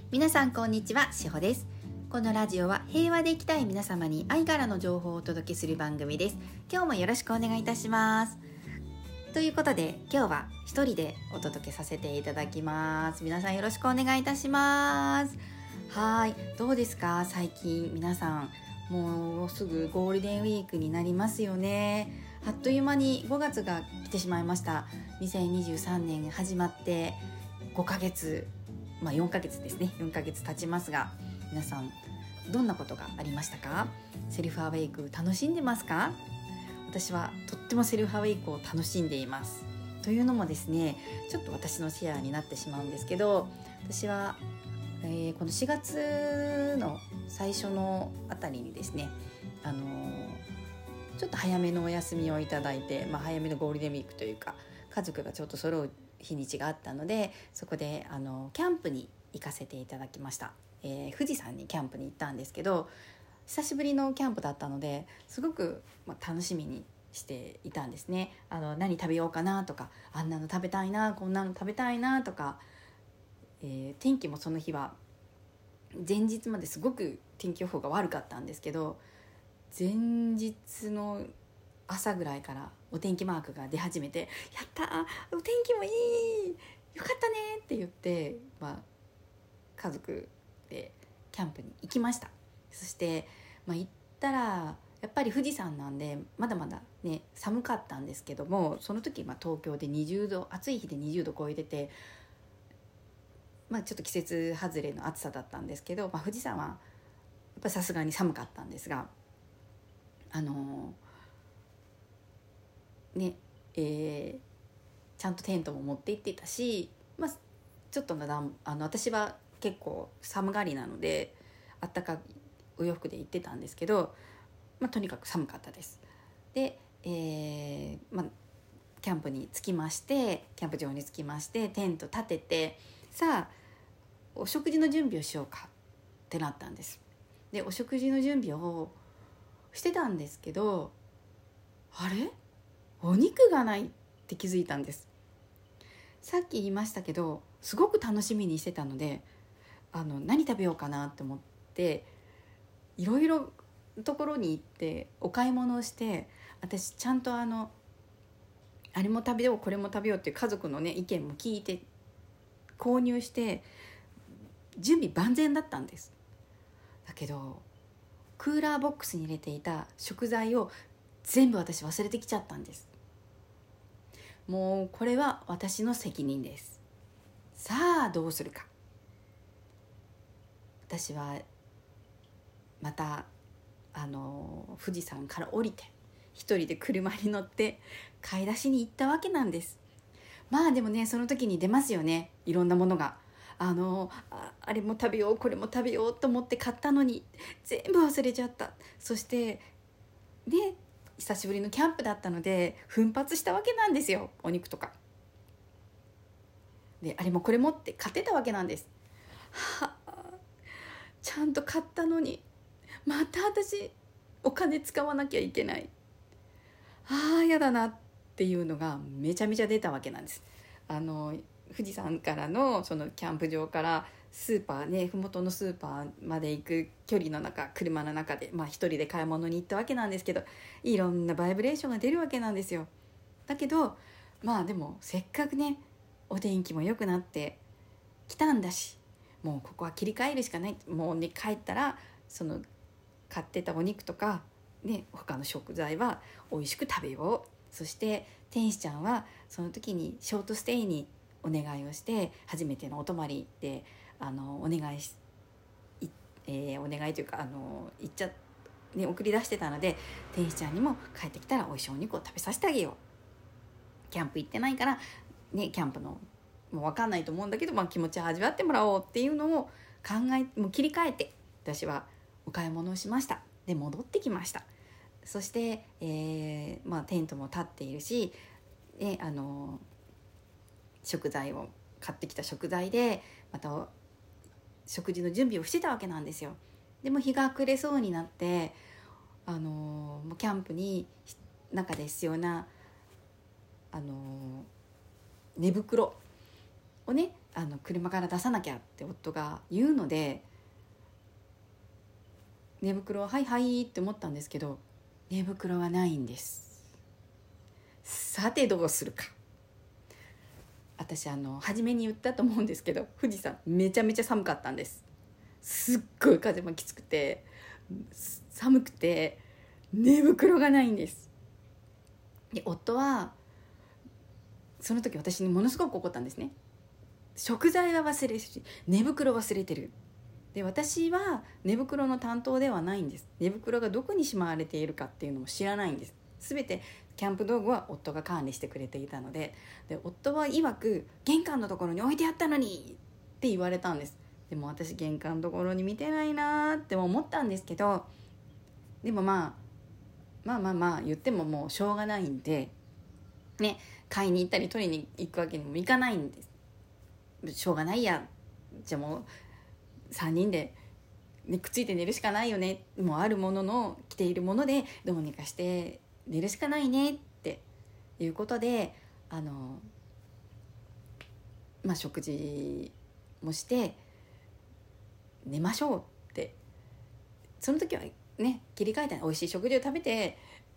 皆さんこんにちは、しほです。このラジオは平和で生きたい皆様に愛からの情報をお届けする番組です。今日もよろしくお願いいたします。ということで今日は一人でお届けさせていただきます。皆さんよろしくお願いいたします。はい、どうですか最近皆さん。もうすぐゴールデンウィークになりますよね。あっという間に5月が来てしまいました。2023年始まって5ヶ月、4ヶ月ですね。4ヶ月経ちますが、皆さんどんなことがありましたか？セルフアウェイク楽しんでますか？私はとってもセルフアウェイクを楽しんでいます。というのもですね、ちょっと私のシェアになってしまうんですけど、私はこの4月の最初のあたりにですね、ちょっと早めのお休みをいただいて、早めのゴールデンウィークというか家族がちょっと揃う日にちがあったので、そこでキャンプに行かせていただきました。富士山にキャンプに行ったんですけど、久しぶりのキャンプだったのですごく楽しみにしていたんですね。何食べようかなとか、あんなの食べたいな、こんなの食べたいなとか、天気もその日は前日まですごく天気予報が悪かったんですけど、前日の朝ぐらいからお天気マークが出始めて、やったー、お天気もいい、よかったねって言って、家族でキャンプに行きました。そして、行ったらやっぱり富士山なんでまだまだね寒かったんですけども、その時東京で20度、暑い日で20度超えてて、ちょっと季節外れの暑さだったんですけど、富士山はやっぱさすがに寒かったんですが、ちゃんとテントも持って行っていたし、ちょっと私は結構寒がりなのであったかいお洋服で行ってたんですけど、とにかく寒かったです。で、キャンプに着きまして、キャンプ場に着きまして、テント立てて、さあお食事の準備をしようかってなったんです。で、お食事の準備をしてたんですけど、あれ？お肉がないって気づいたんです。さっき言いましたけど、すごく楽しみにしてたので、何食べようかなって思って、いろいろところに行ってお買い物をして、私ちゃんとあれも食べようこれも食べようっていう家族のね意見も聞いて購入して準備万全だったんです。だけどクーラーボックスに入れていた食材を全部私忘れてきちゃったんです。もうこれは私の責任です。さあどうするか。私はまた富士山から降りて一人で車に乗って買い出しに行ったわけなんです。でもね、その時に出ますよね、いろんなものが。あれも食べようこれも食べようと思って買ったのに全部忘れちゃった。そしてね、久しぶりのキャンプだったので奮発したわけなんですよ、お肉とかで。あれもこれもって買ってたわけなんです。ちゃんと買ったのにまた私お金使わなきゃいけない。やだなっていうのがめちゃめちゃ出たわけなんです。富士山からのそのキャンプ場からスーパーね、麓のスーパーまで行く距離の中、車の中で一人で買い物に行ったわけなんですけど、いろんなバイブレーションが出るわけなんですよ。だけどでもせっかくねお天気も良くなってきたんだし、もうここは切り替えるしかない。もうね、帰ったらその買ってたお肉とかね、他の食材は美味しく食べよう。そして天使ちゃんはその時にショートステイにお願いをして、初めてのお泊まりでお願いというか行っちゃね、送り出してたので、天使ちゃんにも帰ってきたら美味しいお肉を食べさせてあげよう。キャンプ行ってないからね、キャンプのもう分かんないと思うんだけど、気持ちを味わってもらおうっていうのをもう切り替えて私はお買い物をしました。で戻ってきました。そして、テントも立っているし、食材を買ってきた食材でまた食事の準備をしてたわけなんですよ。でも日が暮れそうになって、もうキャンプに中で必要な寝袋をね車から出さなきゃって夫が言うので、寝袋はいはいって思ったんですけど、寝袋はないんです。さてどうするか。私初めに言ったと思うんですけど、富士山めちゃめちゃ寒かったんです。すっごい風もきつくて寒くて寝袋がないんです。で夫はその時私にものすごく怒ったんですね。食材は忘れるし寝袋忘れてる。で私は寝袋の担当ではないんです。寝袋がどこにしまわれているかっていうのも知らないんです。全てキャンプ道具は夫が管理してくれていたので、夫は曰く玄関のところに置いてあったのにって言われたんです。でも私玄関のところに見てないなって思ったんですけど、でもまあ言ってももうしょうがないんでね、買いに行ったり取りに行くわけにもいかないんです。しょうがないや、じゃあもう3人で、ね、くっついて寝るしかないよね、もうあるものの着ているものでどうにかして寝るしかないねっていうことで食事もして寝ましょうって、その時はね切り替えて美味しい食事を食べて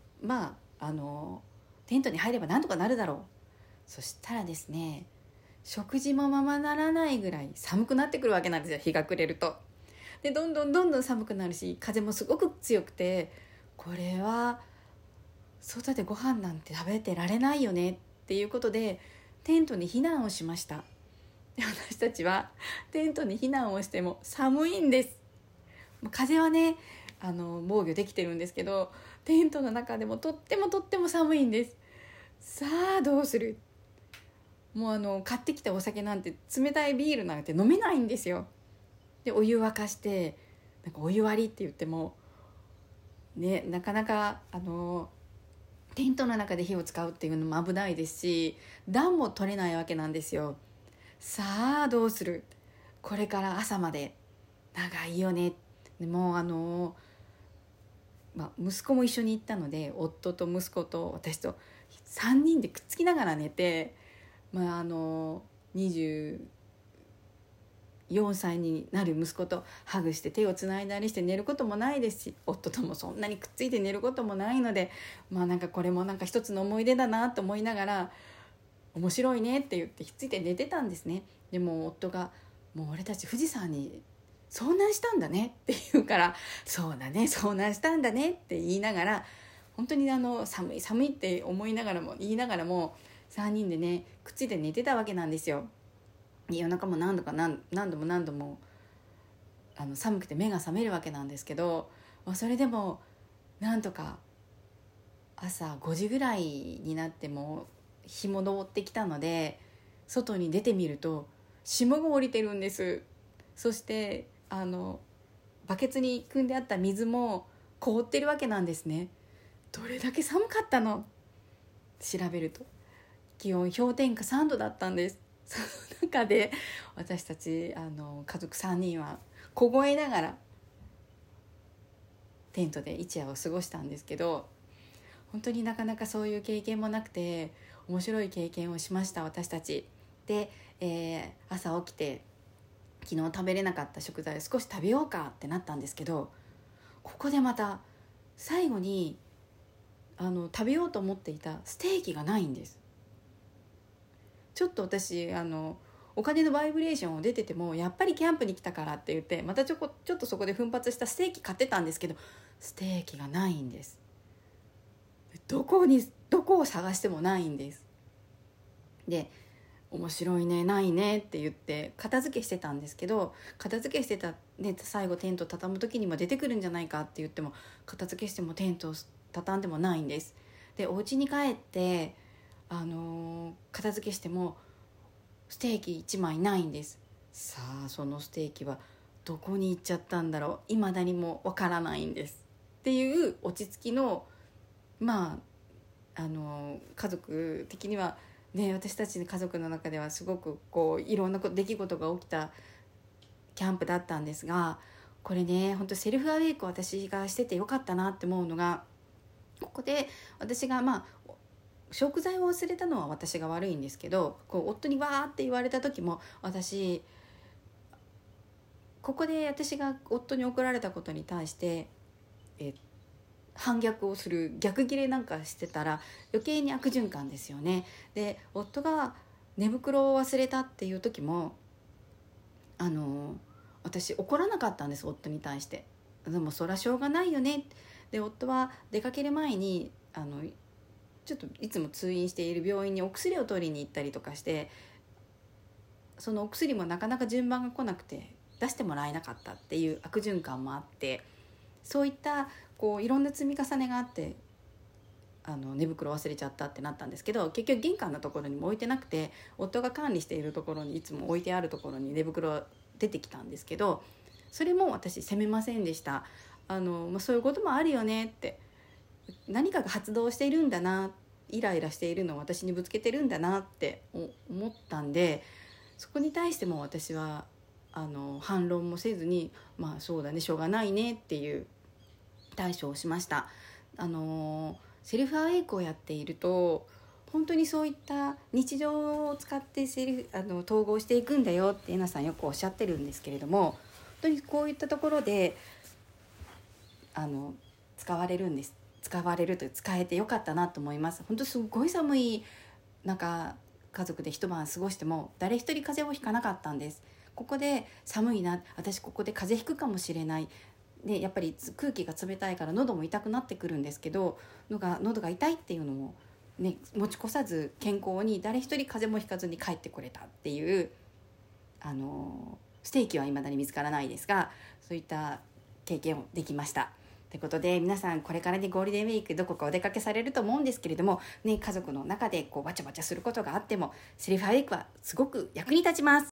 テントに入ればなんとかなるだろう。そしたらですね、食事もままならないぐらい寒くなってくるわけなんですよ、日が暮れると。でどんどん寒くなるし風もすごく強くて、これは外でご飯なんて食べてられないよねっていうことでテントに避難をしました。で私たちはテントに避難をしても寒いんです。風はね防御できてるんですけど、テントの中でもとっても寒いんです。さあどうする。もう買ってきたお酒なんて冷たいビールなんて飲めないんですよ。でお湯沸かしてなんかお湯割りって言ってもね、なかなかテントの中で火を使うっていうのも危ないですし、暖も取れないわけなんですよ。さあどうする。これから朝まで長いよね。でも息子も一緒に行ったので、夫と息子と私と3人でくっつきながら寝て、24歳になる息子とハグして手をつないだりして寝ることもないですし、夫ともそんなにくっついて寝ることもないので、なんかこれもなんか一つの思い出だなと思いながら、面白いねって言ってひっついて寝てたんですね。でも夫がもう俺たち富士山に遭難したんだねって言うから、そうだね遭難したんだねって言いながら、本当に寒いって思いながらも言いながらも3人でねくっついて寝てたわけなんですよ。夜中も何度も寒くて目が覚めるわけなんですけど、それでもなんとか朝5時ぐらいになっても日も昇ってきたので、外に出てみると霜が降りてるんです。そしてバケツに汲んであった水も凍ってるわけなんですね。どれだけ寒かったの。調べると気温氷点下3度だったんです。その中で私たち家族3人は凍えながらテントで一夜を過ごしたんですけど、本当になかなかそういう経験もなくて面白い経験をしました私たちで、朝起きて昨日食べれなかった食材を少し食べようかってなったんですけど、ここでまた最後に食べようと思っていたステーキがないんです。ちょっと私お金のバイブレーションを出ててもやっぱりキャンプに来たからって言ってまたちょっとそこで奮発したステーキ買ってたんですけど、ステーキがないんです。どこを探してもないんです。で面白いねないねって言って片付けしてたんですけど、片付けしてた、ね、最後テント畳む時にも出てくるんじゃないかって言っても片付けしてもテントを畳んでもないんです。でお家に帰って片付けしてもステーキ1枚ないんです。さあそのステーキはどこに行っちゃったんだろう、未だにもわからないんですっていう落ち着きの家族的にはね、私たちの家族の中ではすごくいろんな出来事が起きたキャンプだったんですが、これね本当セルフアウェイクを私がしててよかったなって思うのが、ここで私が食材を忘れたのは私が悪いんですけど、こう夫にわーって言われた時も、私ここで私が夫に怒られたことに対して反逆をする、逆ギレなんかしてたら余計に悪循環ですよね。で夫が寝袋を忘れたっていう時も私怒らなかったんです、夫に対して。でもそりゃしょうがないよね。で夫は出かける前にちょっといつも通院している病院にお薬を取りに行ったりとかして、そのお薬もなかなか順番が来なくて出してもらえなかったっていう悪循環もあって、そういったいろんな積み重ねがあって寝袋忘れちゃったってなったんですけど、結局玄関のところにも置いてなくて、夫が管理しているところにいつも置いてあるところに寝袋出てきたんですけど、それも私責めませんでした。そういうこともあるよねって、何かが発動しているんだな、イライラしているのを私にぶつけてるんだなって思ったんで、そこに対しても私は反論もせずに、まあそうだね、しょうがないねっていう対処をしました。セルフアウェイクをやっていると本当にそういった日常を使って統合していくんだよってえなさんよくおっしゃってるんですけれども、本当にこういったところで使われるという使えてよかったなと思います。本当すごい寒い中家族で一晩過ごしても誰一人風邪をひかなかったんです。ここで寒いな、私ここで風邪ひくかもしれないで、やっぱり空気が冷たいから喉も痛くなってくるんですけど、喉が痛いっていうのも、ね、持ち越さず健康に誰一人風邪もひかずに帰ってこれたっていうステーキは未だに見つからないですが、そういった経験をできました。ということで皆さんこれからねゴールデンウィークどこかお出かけされると思うんですけれども、ね、家族の中でバチャバチャすることがあってもセルフアウェイクはすごく役に立ちます。